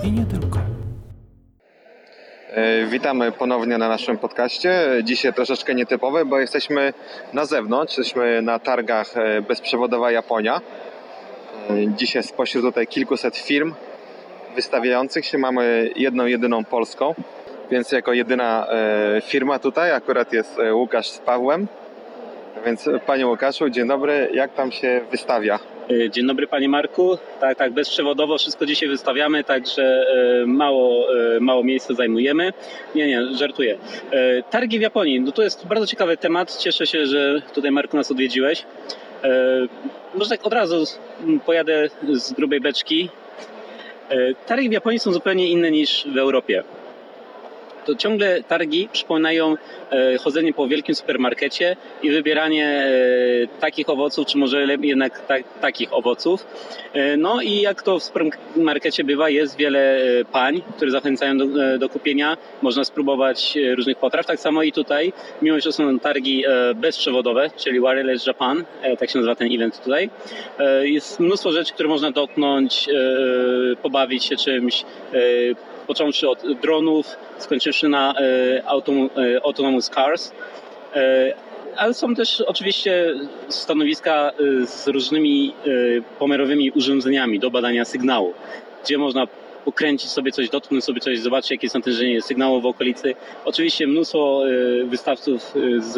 i nie tylko. Witamy ponownie na naszym podcaście. Dzisiaj troszeczkę nietypowy, bo jesteśmy na zewnątrz, jesteśmy na targach Bezprzewodowa Japonia. Dzisiaj spośród tutaj kilkuset firm wystawiających się mamy jedną, jedyną polską, więc jako jedyna firma tutaj akurat jest Łukasz z Pawłem. Więc panie Łukaszu, dzień dobry, jak tam się wystawia? Dzień dobry panie Marku. Tak, bezprzewodowo wszystko dzisiaj wystawiamy, także mało miejsca zajmujemy. Nie, żartuję. Targi w Japonii, no to jest bardzo ciekawy temat. Cieszę się, że tutaj Marku nas odwiedziłeś. Może tak od razu pojadę z grubej beczki. Targi w Japonii są zupełnie inne niż w Europie. To ciągle targi przypominają chodzenie po wielkim supermarkecie i wybieranie takich owoców, czy może jednak takich owoców. No i jak to w supermarkecie bywa, jest wiele pań, które zachęcają do kupienia. Można spróbować różnych potraw. Tak samo i tutaj, mimo że są targi bezprzewodowe, czyli Wireless Japan, tak się nazywa ten event tutaj. Jest mnóstwo rzeczy, które można dotknąć, pobawić się czymś, począwszy od dronów, skończywszy na autonomous cars, ale są też oczywiście stanowiska z różnymi pomiarowymi urządzeniami do badania sygnału, gdzie można pokręcić sobie coś, dotknąć sobie coś, zobaczyć jakie jest natężenie sygnału w okolicy. Oczywiście mnóstwo wystawców z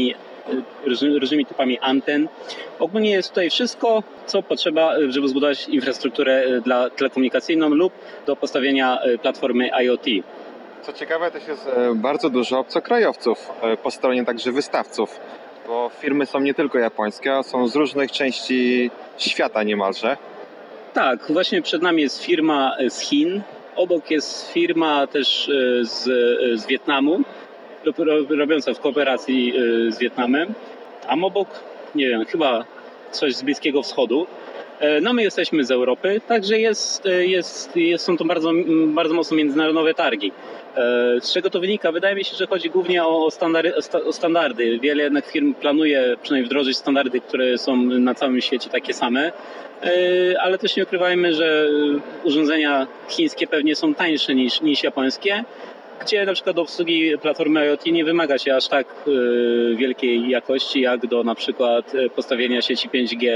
różnymi typami anten. Ogólnie jest tutaj wszystko, co potrzeba, żeby zbudować infrastrukturę telekomunikacyjną lub do postawienia platformy IoT. Co ciekawe, też jest bardzo dużo obcokrajowców po stronie także wystawców, bo firmy są nie tylko japońskie, a są z różnych części świata niemalże. Tak, właśnie przed nami jest firma z Chin, obok jest firma też z Wietnamu, robiąca w kooperacji z Wietnamem, a obok, nie wiem, chyba coś z Bliskiego Wschodu. No my jesteśmy z Europy, także są to bardzo mocno międzynarodowe targi. Z czego to wynika? Wydaje mi się, że chodzi głównie o standardy. Wiele jednak firm planuje przynajmniej wdrożyć standardy, które są na całym świecie takie same, ale też nie ukrywajmy, że urządzenia chińskie pewnie są tańsze niż japońskie, gdzie na przykład do obsługi platformy IoT nie wymaga się aż tak wielkiej jakości jak do na przykład postawienia sieci 5G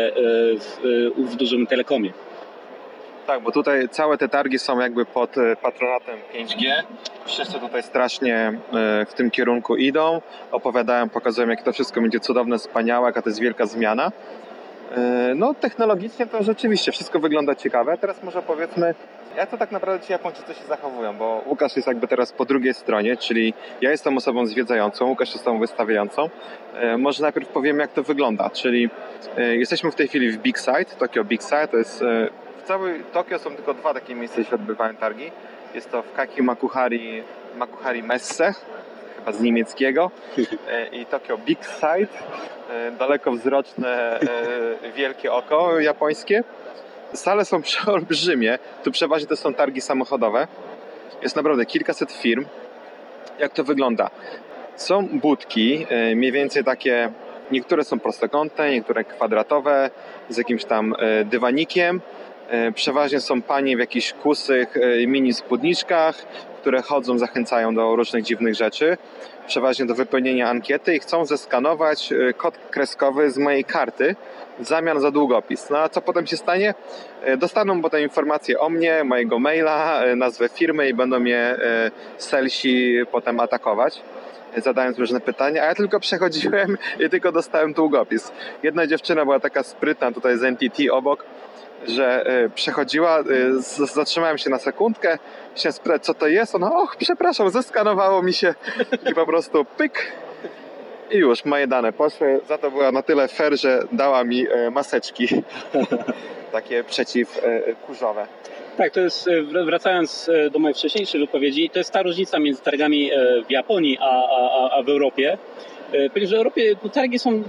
w dużym telekomie. Tak, bo tutaj całe te targi są jakby pod patronatem 5G. Wszyscy tutaj strasznie w tym kierunku idą, opowiadają, pokazują, jak to wszystko będzie cudowne, wspaniałe, jaka to jest wielka zmiana. No technologicznie to rzeczywiście wszystko wygląda ciekawe. Teraz może powiedzmy, jak to tak naprawdę ci Japończycy się zachowują, bo Łukasz jest jakby teraz po drugiej stronie, czyli ja jestem osobą zwiedzającą, Łukasz jest osobą wystawiającą. Może najpierw powiem, jak to wygląda, czyli jesteśmy w tej chwili w Big Sight, Tokyo Big Sight, to jest w całej Tokio są tylko dwa takie miejsca, gdzie się odbywają targi. Jest to w Kaki Makuhari Messe, chyba z niemieckiego, i Tokyo Big Sight, dalekowzroczne wielkie oko japońskie. Sale są przeolbrzymie, tu przeważnie to są targi samochodowe. Jest naprawdę kilkaset firm. Jak to wygląda? Są budki, mniej więcej takie, niektóre są prostokątne, niektóre kwadratowe, z jakimś tam dywanikiem. Przeważnie są panie w jakichś kusych mini spódniczkach, które chodzą, zachęcają do różnych dziwnych rzeczy. Przeważnie do wypełnienia ankiety i chcą zeskanować kod kreskowy z mojej karty w zamian za długopis. No a co potem się stanie? Dostaną potem informacje o mnie, mojego maila, nazwę firmy i będą mnie salesi potem atakować, zadając różne pytania, a ja tylko przechodziłem i tylko dostałem długopis. Jedna dziewczyna była taka sprytna tutaj z NTT obok, że przechodziła, zatrzymałem się na sekundkę, chciałem spytać, co to jest, ona, przepraszam, zeskanowało mi się i po prostu pyk i już moje dane poszły. Za to była na tyle fair, że dała mi maseczki takie przeciwkurzowe. Tak, to jest, wracając do mojej wcześniejszej wypowiedzi, to jest ta różnica między targami w Japonii a w Europie. Ponieważ w Europie targi są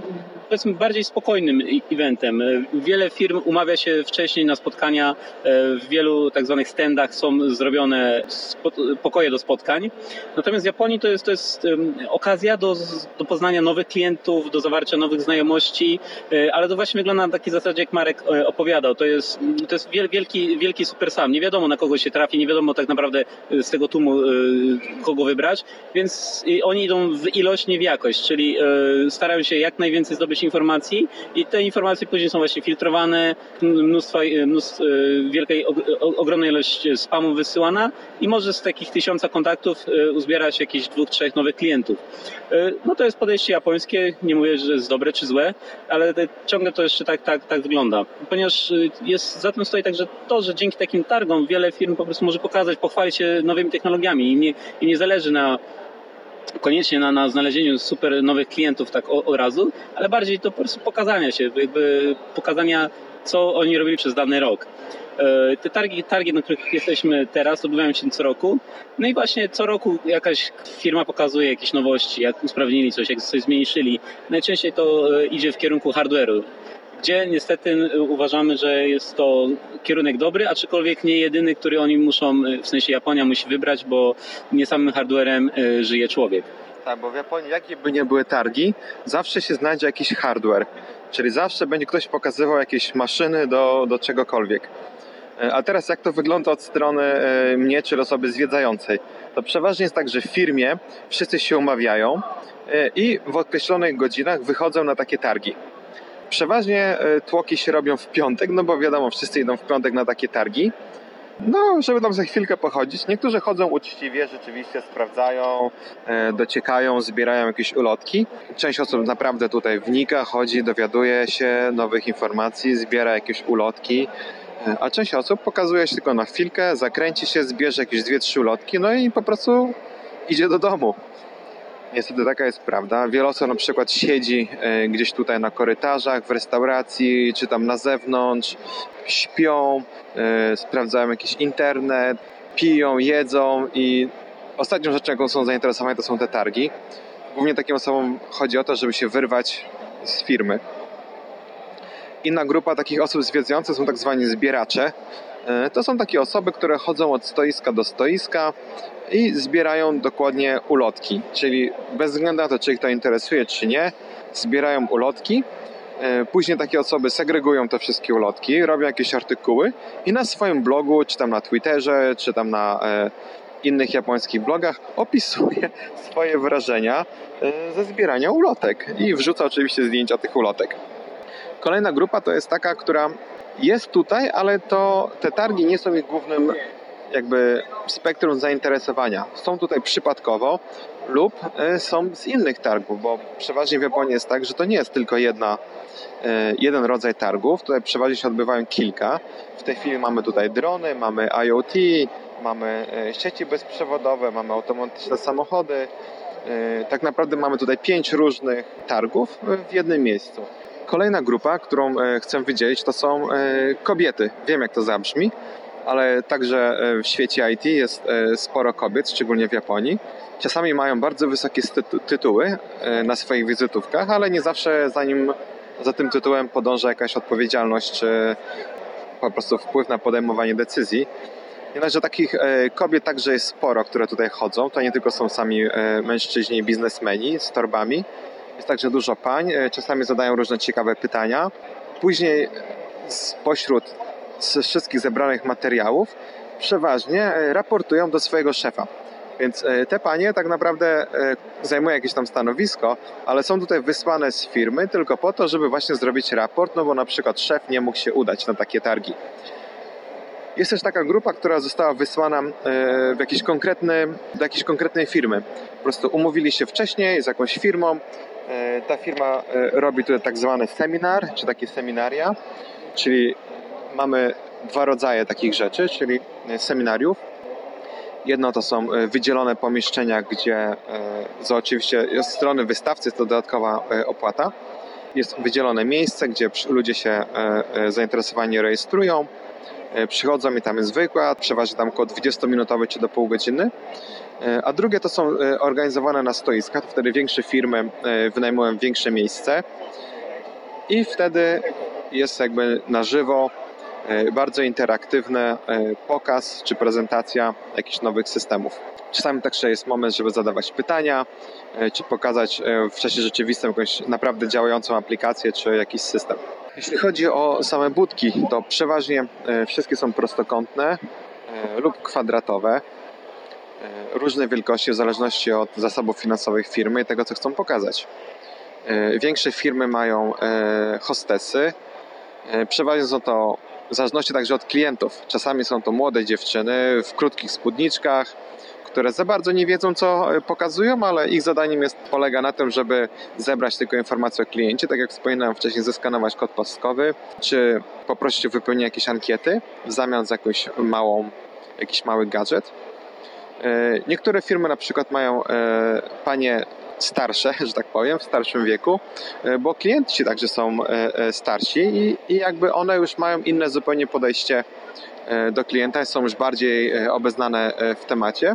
powiedzmy bardziej spokojnym eventem. Wiele firm umawia się wcześniej na spotkania, w wielu tak zwanych standach są zrobione pokoje do spotkań. Natomiast w Japonii to jest okazja do poznania nowych klientów, do zawarcia nowych znajomości, ale to właśnie wygląda na takiej zasadzie, jak Marek opowiadał. To jest wielki super sam. Nie wiadomo, na kogo się trafi, nie wiadomo tak naprawdę z tego tłumu kogo wybrać, więc oni idą w ilość, nie w jakość, czyli starają się jak najwięcej zdobyć informacji i te informacje później są właśnie filtrowane, ogromna ilość spamu wysyłana i może z takich 1000 kontaktów uzbierać jakieś 2-3 nowych klientów. No to jest podejście japońskie, nie mówię, że jest dobre czy złe, ale ciągle to jeszcze tak wygląda. Ponieważ za tym stoi także to, że dzięki takim targom wiele firm po prostu może pokazać, pochwalić się nowymi technologiami i nie zależy koniecznie na znalezieniu super nowych klientów tak od razu, ale bardziej to po prostu pokazania się, pokazania, co oni robili przez dany rok. Te targi, na których jesteśmy teraz, odbywają się co roku. No i właśnie co roku jakaś firma pokazuje jakieś nowości, jak usprawnili coś, jak coś zmniejszyli. Najczęściej to idzie w kierunku hardware'u, gdzie niestety uważamy, że jest to kierunek dobry, aczkolwiek nie jedyny, który oni muszą, w sensie Japonia musi wybrać, bo nie samym hardwarem żyje człowiek. Tak, bo w Japonii, jakie by nie były targi, zawsze się znajdzie jakiś hardware. Czyli zawsze będzie ktoś pokazywał jakieś maszyny do czegokolwiek. A teraz jak to wygląda od strony mnie, czy osoby zwiedzającej? To przeważnie jest tak, że w firmie wszyscy się umawiają i w określonych godzinach wychodzą na takie targi. Przeważnie tłoki się robią w piątek, no bo wiadomo, wszyscy idą w piątek na takie targi. No, żeby tam za chwilkę pochodzić. Niektórzy chodzą uczciwie, rzeczywiście sprawdzają, dociekają, zbierają jakieś ulotki. Część osób naprawdę tutaj wnika, chodzi, dowiaduje się nowych informacji, zbiera jakieś ulotki. A część osób pokazuje się tylko na chwilkę, zakręci się, zbierze jakieś 2-3 ulotki, no i po prostu idzie do domu. Niestety taka jest prawda. Wiele osób na przykład siedzi gdzieś tutaj na korytarzach, w restauracji, czy tam na zewnątrz, śpią, sprawdzają jakiś internet, piją, jedzą i ostatnią rzeczą, jaką są zainteresowani, to są te targi. Głównie takim osobom chodzi o to, żeby się wyrwać z firmy. Inna grupa takich osób zwiedzających są tak zwani zbieracze. To są takie osoby, które chodzą od stoiska do stoiska i zbierają dokładnie ulotki, czyli bez względu na to, czy ich to interesuje, czy nie, zbierają ulotki. Później takie osoby segregują te wszystkie ulotki, robią jakieś artykuły i na swoim blogu, czy tam na Twitterze, czy tam na innych japońskich blogach opisuje swoje wrażenia ze zbierania ulotek i wrzuca oczywiście zdjęcia tych ulotek. Kolejna grupa to jest taka, która jest tutaj, ale to te targi nie są ich głównym jakby spektrum zainteresowania. Są tutaj przypadkowo lub są z innych targów, bo przeważnie w Japonii jest tak, że to nie jest tylko jeden rodzaj targów. Tutaj przeważnie się odbywają kilka. W tej chwili mamy tutaj drony, mamy IoT, mamy sieci bezprzewodowe, mamy automatyczne samochody. Tak naprawdę mamy tutaj 5 różnych targów w jednym miejscu. Kolejna grupa, którą chcę wydzielić, to są kobiety. Wiem, jak to zabrzmi, ale także w świecie IT jest sporo kobiet, szczególnie w Japonii. Czasami mają bardzo wysokie tytuły na swoich wizytówkach, ale nie zawsze za tym tytułem podąża jakaś odpowiedzialność czy po prostu wpływ na podejmowanie decyzji. Jednakże takich kobiet także jest sporo, które tutaj chodzą. To nie tylko są sami mężczyźni, biznesmeni z torbami. Jest także dużo pań. Czasami zadają różne ciekawe pytania. Później spośród wszystkich zebranych materiałów przeważnie raportują do swojego szefa. Więc te panie tak naprawdę zajmują jakieś tam stanowisko, ale są tutaj wysłane z firmy tylko po to, żeby właśnie zrobić raport, no bo na przykład szef nie mógł się udać na takie targi. Jest też taka grupa, która została wysłana do jakiejś konkretnej firmy. Po prostu umówili się wcześniej z jakąś firmą. Ta firma robi tutaj tak zwany seminar, czy takie seminaria, czyli mamy 2 rodzaje takich rzeczy, czyli seminariów. Jedno to są wydzielone pomieszczenia, gdzie oczywiście z strony wystawcy jest to dodatkowa opłata. Jest wydzielone miejsce, gdzie ludzie się zainteresowani rejestrują, przychodzą i tam jest wykład, przeważnie tam około 20-minutowy czy do pół godziny. A drugie to są organizowane na stoiskach, wtedy większe firmy wynajmują większe miejsce i wtedy jest jakby na żywo bardzo interaktywny pokaz czy prezentacja jakichś nowych systemów. Czasami także jest moment, żeby zadawać pytania, czy pokazać w czasie rzeczywistym jakąś naprawdę działającą aplikację, czy jakiś system. Jeśli chodzi o same budki, to przeważnie wszystkie są prostokątne lub kwadratowe, różnej wielkości w zależności od zasobów finansowych firmy i tego, co chcą pokazać. Większe firmy mają hostessy, przeważnie są to w zależności także od klientów. Czasami są to młode dziewczyny w krótkich spódniczkach, które za bardzo nie wiedzą, co pokazują, ale ich zadaniem polega na tym, żeby zebrać tylko informacje o kliencie, tak jak wspominałem wcześniej, zeskanować kod pastkowy, czy poprosić o wypełnienie jakiejś ankiety w zamian za jakiś mały gadżet. Niektóre firmy na przykład mają panie starsze, że tak powiem, w starszym wieku, bo klienci także są starsi i jakby one już mają inne zupełnie podejście do klienta, są już bardziej obeznane w temacie.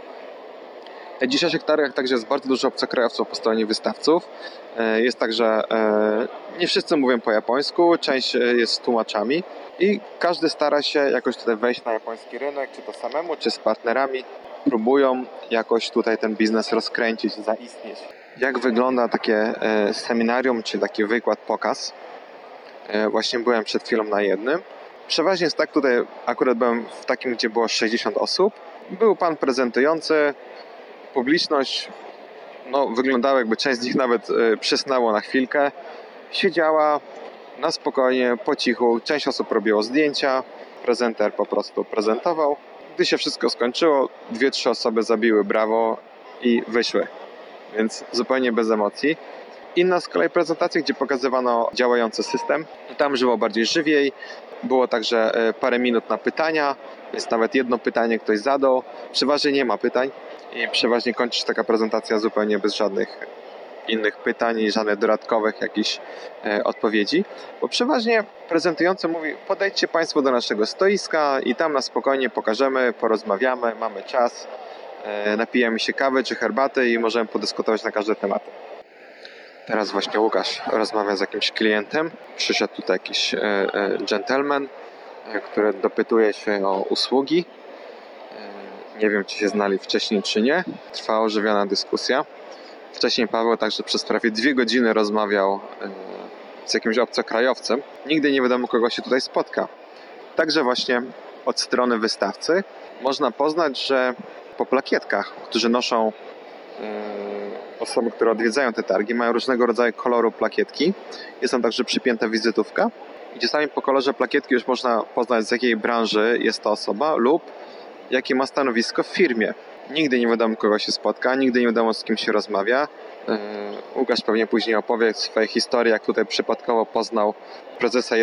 W dzisiejszych targach także jest bardzo dużo obcokrajowców po stronie wystawców. Jest także, nie wszyscy mówią po japońsku, część jest z tłumaczami i każdy stara się jakoś tutaj wejść na japoński rynek, czy to samemu, czy z partnerami. Próbują jakoś tutaj ten biznes rozkręcić, zaistnieć. Jak wygląda takie seminarium, czy taki wykład, pokaz? Właśnie byłem przed chwilą na jednym. Przeważnie jest tak, tutaj akurat byłem w takim, gdzie było 60 osób. Był pan prezentujący, publiczność wyglądała jakby część z nich nawet przysnęło na chwilkę. Siedziała na spokojnie, po cichu. Część osób robiło zdjęcia, prezenter po prostu prezentował. Gdy się wszystko skończyło, 2-3 osoby zabiły brawo i wyszły. Więc zupełnie bez emocji. Inna z kolei prezentacja, gdzie pokazywano działający system. Tam żyło bardziej żywiej. Było także parę minut na pytania, więc nawet jedno pytanie ktoś zadał. Przeważnie nie ma pytań i przeważnie kończy się taka prezentacja zupełnie bez żadnych innych pytań i żadnych dodatkowych jakichś odpowiedzi. Bo przeważnie prezentujący mówi: podejdźcie Państwo do naszego stoiska i tam na spokojnie pokażemy, porozmawiamy, mamy czas, napijemy się kawy czy herbaty i możemy podyskutować na każde tematy. Teraz właśnie Łukasz rozmawia z jakimś klientem. Przyszedł tutaj jakiś gentleman, który dopytuje się o usługi. Nie wiem, czy się znali wcześniej, czy nie. Trwała ożywiona dyskusja. Wcześniej Paweł także przez prawie 2 godziny rozmawiał z jakimś obcokrajowcem. Nigdy nie wiadomo, kogo się tutaj spotka. Także właśnie od strony wystawcy można poznać, że po plakietkach, którzy noszą osoby, które odwiedzają te targi, mają różnego rodzaju koloru plakietki. Jest tam także przypięta wizytówka. I czasami po kolorze plakietki już można poznać, z jakiej branży jest ta osoba lub jakie ma stanowisko w firmie. Nigdy nie wiadomo, kogo się spotka, nigdy nie wiadomo, z kim się rozmawia. Łukasz pewnie później opowie swoje historie, jak tutaj przypadkowo poznał prezesa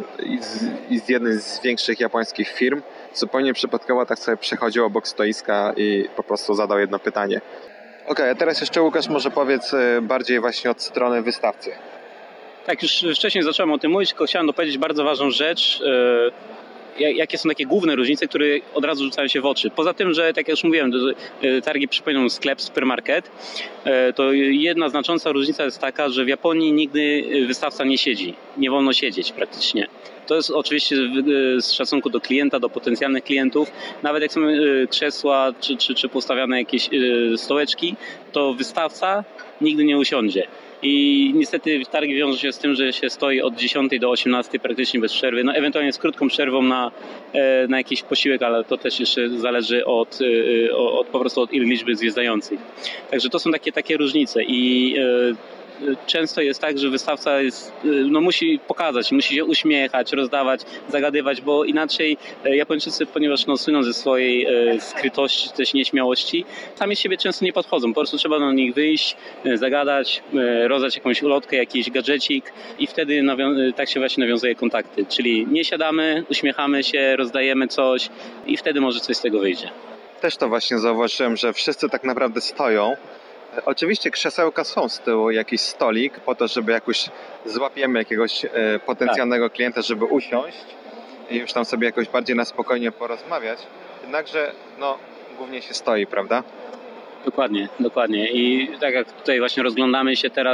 jednej z większych japońskich firm. Zupełnie przypadkowo tak sobie przechodził obok stoiska i po prostu zadał jedno pytanie. Okej, a teraz jeszcze Łukasz może powiedz bardziej właśnie od strony wystawcy. Tak, już wcześniej zacząłem o tym mówić, tylko chciałem dopowiedzieć bardzo ważną rzecz. Jakie są takie główne różnice, które od razu rzucają się w oczy. Poza tym, że tak jak już mówiłem, targi przypominają sklep, supermarket, to jedna znacząca różnica jest taka, że w Japonii nigdy wystawca nie siedzi. Nie wolno siedzieć praktycznie. To jest oczywiście z szacunku do klienta, do potencjalnych klientów. Nawet jak są krzesła czy postawiane jakieś stołeczki, to wystawca nigdy nie usiądzie. I niestety targi wiążą się z tym, że się stoi od 10 do 18 praktycznie bez przerwy. Ewentualnie z krótką przerwą na jakiś posiłek, ale to też jeszcze zależy od po prostu od liczby zwiedzających. Także to są takie różnice i często jest tak, że wystawca musi pokazać, musi się uśmiechać, rozdawać, zagadywać, bo inaczej Japończycy, ponieważ słyną ze swojej skrytości, też nieśmiałości, sami z siebie często nie podchodzą. Po prostu trzeba do nich wyjść, zagadać, rozdać jakąś ulotkę, jakiś gadżecik i wtedy tak się właśnie nawiązuje kontakty. Czyli nie siadamy, uśmiechamy się, rozdajemy coś i wtedy może coś z tego wyjdzie. Też to właśnie zauważyłem, że wszyscy tak naprawdę stoją. Oczywiście krzesełka są z tyłu, jakiś stolik po to, żeby jakoś złapiemy jakiegoś potencjalnego klienta, żeby usiąść i już tam sobie jakoś bardziej na spokojnie porozmawiać. Jednakże głównie się stoi, prawda? Dokładnie. I tak jak tutaj właśnie rozglądamy się teraz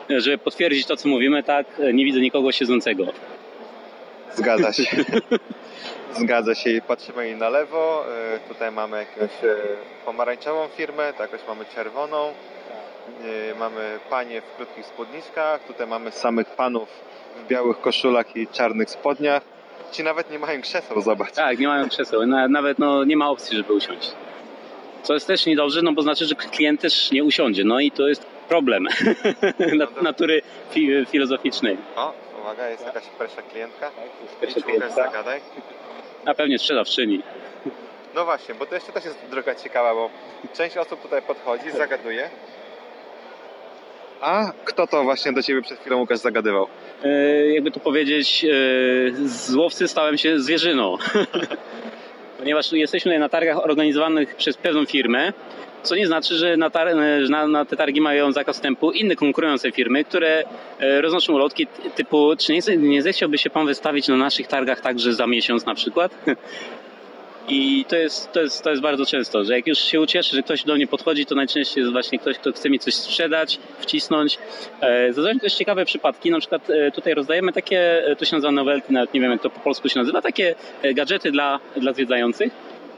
żeby potwierdzić to, co mówimy, tak, nie widzę nikogo siedzącego. Zgadza się. Zgadza się i patrzymy i na lewo. Tutaj mamy jakąś pomarańczową firmę, to jakoś mamy czerwoną. Mamy panie w krótkich spódniczkach. Tutaj mamy samych panów w białych koszulach i czarnych spodniach. Ci nawet nie mają krzeseł, zobacz. Tak, nie mają krzeseł, nawet nie ma opcji, żeby usiąść. Co jest też niedobrze, bo znaczy, że klient też nie usiądzie. No i to jest problem natury filozoficznej. O, uwaga, jest jakaś pierwsza klientka. Pierwsza Idź, Łukasz, klientka. zagadaj. A pewnie sprzedawczyni. No właśnie, bo to jeszcze też jest droga ciekawa, bo część osób tutaj podchodzi, zagaduje. A kto to właśnie do ciebie przed chwilą, Łukasz, zagadywał? Jakby to powiedzieć, z łowcy stałem się zwierzyną. Ponieważ jesteśmy tutaj na targach organizowanych przez pewną firmę, co nie znaczy, że na te targi mają zakaz wstępu inne konkurujące firmy, które roznoszą ulotki typu, czy nie zechciałby się pan wystawić na naszych targach także za miesiąc na przykład? I to jest bardzo często, że jak już się ucieszy, że ktoś do mnie podchodzi, to najczęściej jest właśnie ktoś, kto chce mi coś sprzedać, wcisnąć. Zdarzają też ciekawe przypadki, na przykład tutaj rozdajemy takie, to się nazywa novelty, nawet nie wiem jak to po polsku się nazywa, takie gadżety dla zwiedzających.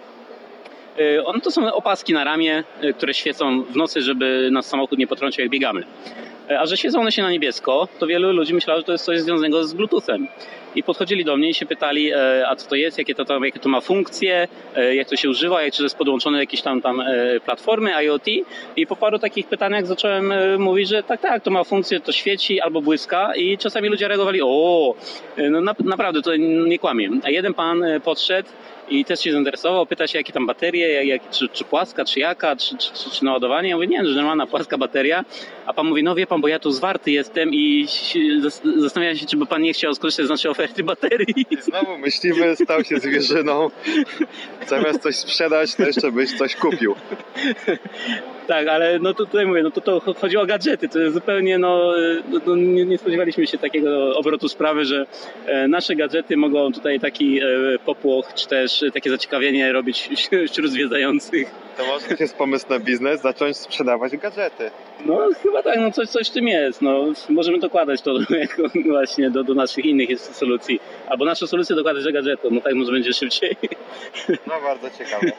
To są opaski na ramię, które świecą w nocy, żeby nas samochód nie potrącił jak biegamy. A że świecą one się na niebiesko, to wielu ludzi myślało, że to jest coś związanego z Bluetoothem. I podchodzili do mnie i się pytali, a co to jest, jakie to ma funkcje, jak to się używa, czy to jest podłączone do jakiejś tam platformy IoT. I po paru takich pytaniach zacząłem mówić, że tak, to ma funkcję, to świeci albo błyska i czasami ludzie reagowali, no naprawdę, to nie kłamie. A jeden pan podszedł i też się zainteresował, pyta się, jakie tam baterie, czy płaska, czy jaka, czy naładowanie. Ja mówię, nie, że normalna płaska bateria. A pan mówi, no wie pan, bo ja tu zwarty jestem i zastanawiam się, czy by pan nie chciał skorzystać z naszej oferty baterii. I znowu myśliwy stał się zwierzyną. Zamiast coś sprzedać, to jeszcze byś coś kupił. Tak, ale no to tutaj mówię, no to chodzi o gadżety, to jest zupełnie, nie spodziewaliśmy się takiego obrotu sprawy, że nasze gadżety mogą tutaj taki popłoch, czy też takie zaciekawienie robić wśród zwiedzających. To może być jest pomysł na biznes, zacząć sprzedawać gadżety. No chyba tak, no coś w tym jest, no możemy dokładać to jako właśnie do naszych innych solucji, albo nasze solucje dokładać do gadżetu, no tak może będzie szybciej. No bardzo ciekawe.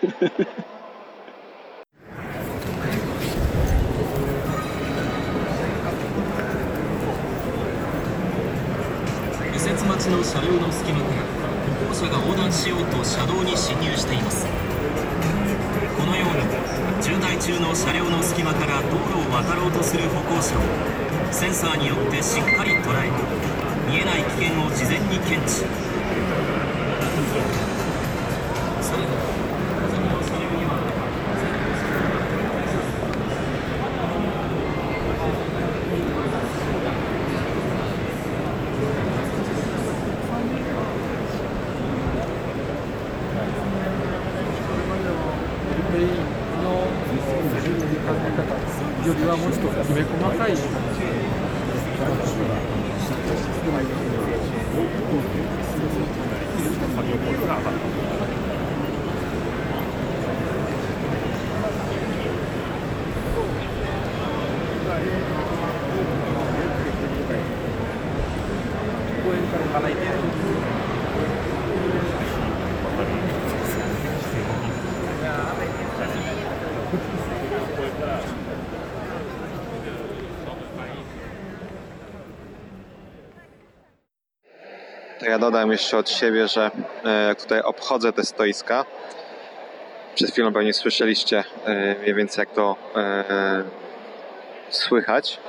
右折待ちの車両の隙間から歩行者が横断しようと車道に進入しています。このように渋滞中の車両の隙間から道路を渡ろうとする歩行者をセンサーによってしっかり捉え、見えない危険を事前に検知。それらよりはもうちょっときめ細かい公園から離れて To ja dodam jeszcze od siebie, że jak tutaj obchodzę te stoiska, przed chwilą pewnie słyszeliście mniej więcej jak to słychać.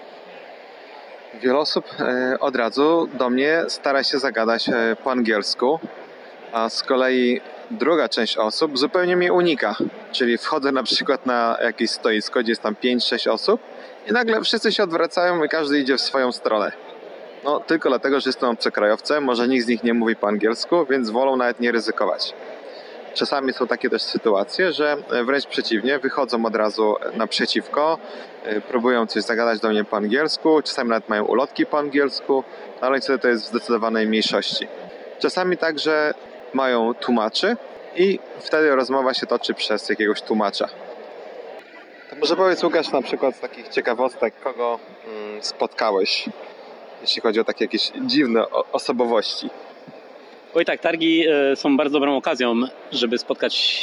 Wiele osób od razu do mnie stara się zagadać po angielsku, a z kolei druga część osób zupełnie mnie unika. Czyli wchodzę na przykład na jakieś stoisko, gdzie jest tam 5-6 osób i nagle wszyscy się odwracają i każdy idzie w swoją stronę. No tylko dlatego, że jestem obcokrajowcem, może nikt z nich nie mówi po angielsku, więc wolą nawet nie ryzykować. Czasami są takie też sytuacje, że wręcz przeciwnie, wychodzą od razu naprzeciwko, próbują coś zagadać do mnie po angielsku, czasami nawet mają ulotki po angielsku, ale niestety to jest w zdecydowanej mniejszości. Czasami także mają tłumaczy i wtedy rozmowa się toczy przez jakiegoś tłumacza. To Może powiedz, Łukasz, na przykład z takich ciekawostek, kogo spotkałeś, jeśli chodzi o takie jakieś dziwne osobowości. Oj tak, targi są bardzo dobrą okazją, żeby spotkać,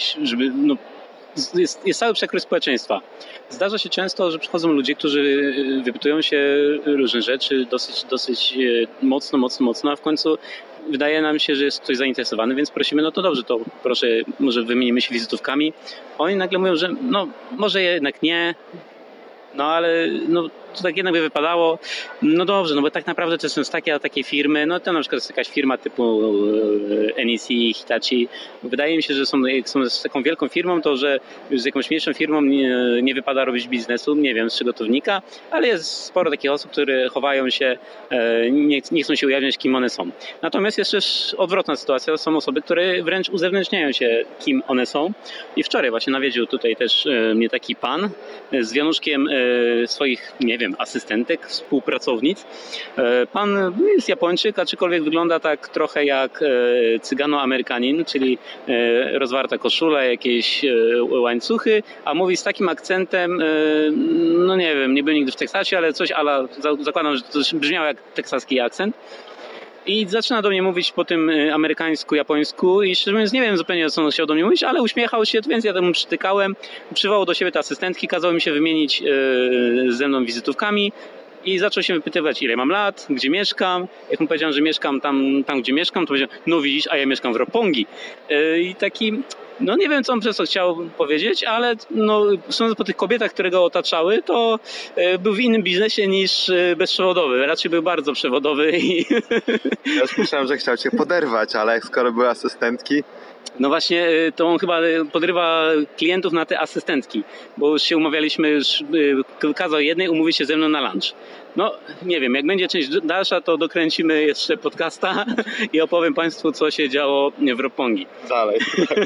jest cały przekrój społeczeństwa. Zdarza się często, że przychodzą ludzie, którzy wypytują się różne rzeczy dosyć mocno, a w końcu wydaje nam się, że jest ktoś zainteresowany, więc prosimy, no to dobrze, to proszę, może wymienimy się wizytówkami. Oni nagle mówią, że no może jednak nie, no ale no to tak jednak by wypadało. No dobrze, no bo tak naprawdę to są takie firmy, no to na przykład jest jakaś firma typu NEC, Hitachi. Wydaje mi się, że jak są z taką wielką firmą, to że już z jakąś mniejszą firmą nie wypada robić biznesu, nie wiem z czego to wynika, ale jest sporo takich osób, które chowają się, nie chcą się ujawniać, kim one są. Natomiast jest też odwrotna sytuacja, są osoby, które wręcz uzewnętrzniają się, kim one są. I wczoraj właśnie nawiedził tutaj też mnie taki pan z wianuszkiem swoich, nie wiem, asystentek, współpracownic. Pan jest Japończyk, aczkolwiek wygląda tak trochę jak Cygano-Amerykanin, czyli rozwarta koszula, jakieś łańcuchy, a mówi z takim akcentem, no nie wiem, nie byłem nigdy w Teksasie, ale coś zakładam, że to brzmiało jak teksaski akcent. I zaczyna do mnie mówić po tym amerykańsku, japońsku i szczerze mówiąc nie wiem zupełnie, co on chciał do mnie mówić, ale uśmiechał się, więc ja temu przytykałem. Przywołał do siebie te asystentki, kazał mi się wymienić ze mną wizytówkami i zaczął się wypytywać, ile mam lat, gdzie mieszkam. Jak mu powiedziałem, że mieszkam tam gdzie mieszkam, to powiedział, no widzisz, a ja mieszkam w Roppongi. I taki... No nie wiem, co on przez to chciał powiedzieć, ale no, sądząc po tych kobietach, które go otaczały, to był w innym biznesie niż bezprzewodowy. Raczej był bardzo przewodowy. Ja już myślałem, że chciał cię poderwać, ale skoro były asystentki... No właśnie, to on chyba podrywa klientów na te asystentki, bo już się umawialiśmy, już kazał jednej umówić się ze mną na lunch. No nie wiem, jak będzie część dalsza, to dokręcimy jeszcze podcasta i opowiem Państwu, co się działo w Roppongi. Dalej.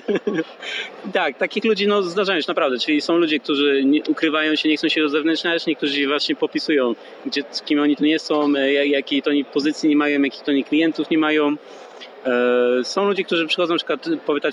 Tak, takich ludzi no, zdarzają się naprawdę, czyli są ludzie, którzy ukrywają się, nie chcą się uzewnętrzniać, niektórzy właśnie popisują, z kim oni tu nie są, jakiej to oni pozycji nie mają, jakich to oni klientów nie mają. Są ludzie, którzy przychodzą na przykład wypytać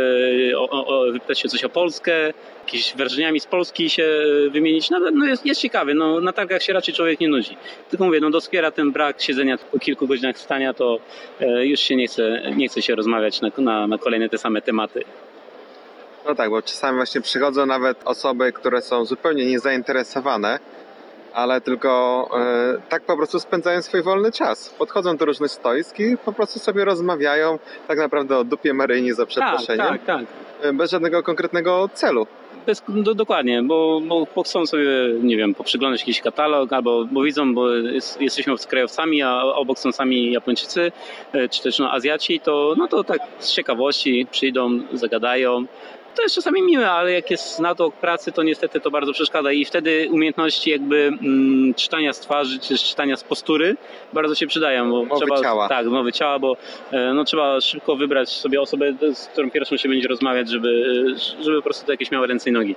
się coś o Polskę, jakimiś wrażeniami z Polski się wymienić. No jest ciekawie, no, na targach się raczej człowiek nie nudzi. Tylko mówię, no doskwiera ten brak siedzenia po kilku godzinach stania, to już się nie chce się rozmawiać na kolejne te same tematy. No tak, bo czasami właśnie przychodzą nawet osoby, które są zupełnie niezainteresowane, ale tylko tak po prostu spędzają swój wolny czas. Podchodzą do różnych stoisk i po prostu sobie rozmawiają tak naprawdę o dupie Maryni, za przeproszeniem. Tak. Bez żadnego konkretnego celu. Dokładnie, bo chcą sobie, nie wiem, poprzyglądać jakiś katalog, albo bo widzą, bo jesteśmy obcokrajowcami, a obok są sami Japończycy, czy też no, Azjaci, to tak z ciekawości przyjdą, zagadają. To jest czasami miłe, ale jak jest natok pracy, to niestety to bardzo przeszkadza i wtedy umiejętności jakby czytania z twarzy, czy czytania z postury bardzo się przydają. Bo ciała. Tak, mowy ciała, bo trzeba szybko wybrać sobie osobę, z którą pierwszą się będzie rozmawiać, żeby po prostu to jakieś miały ręce i nogi.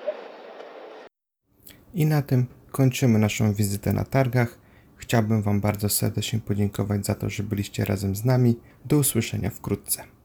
I na tym kończymy naszą wizytę na targach. Chciałbym Wam bardzo serdecznie podziękować za to, że byliście razem z nami. Do usłyszenia wkrótce.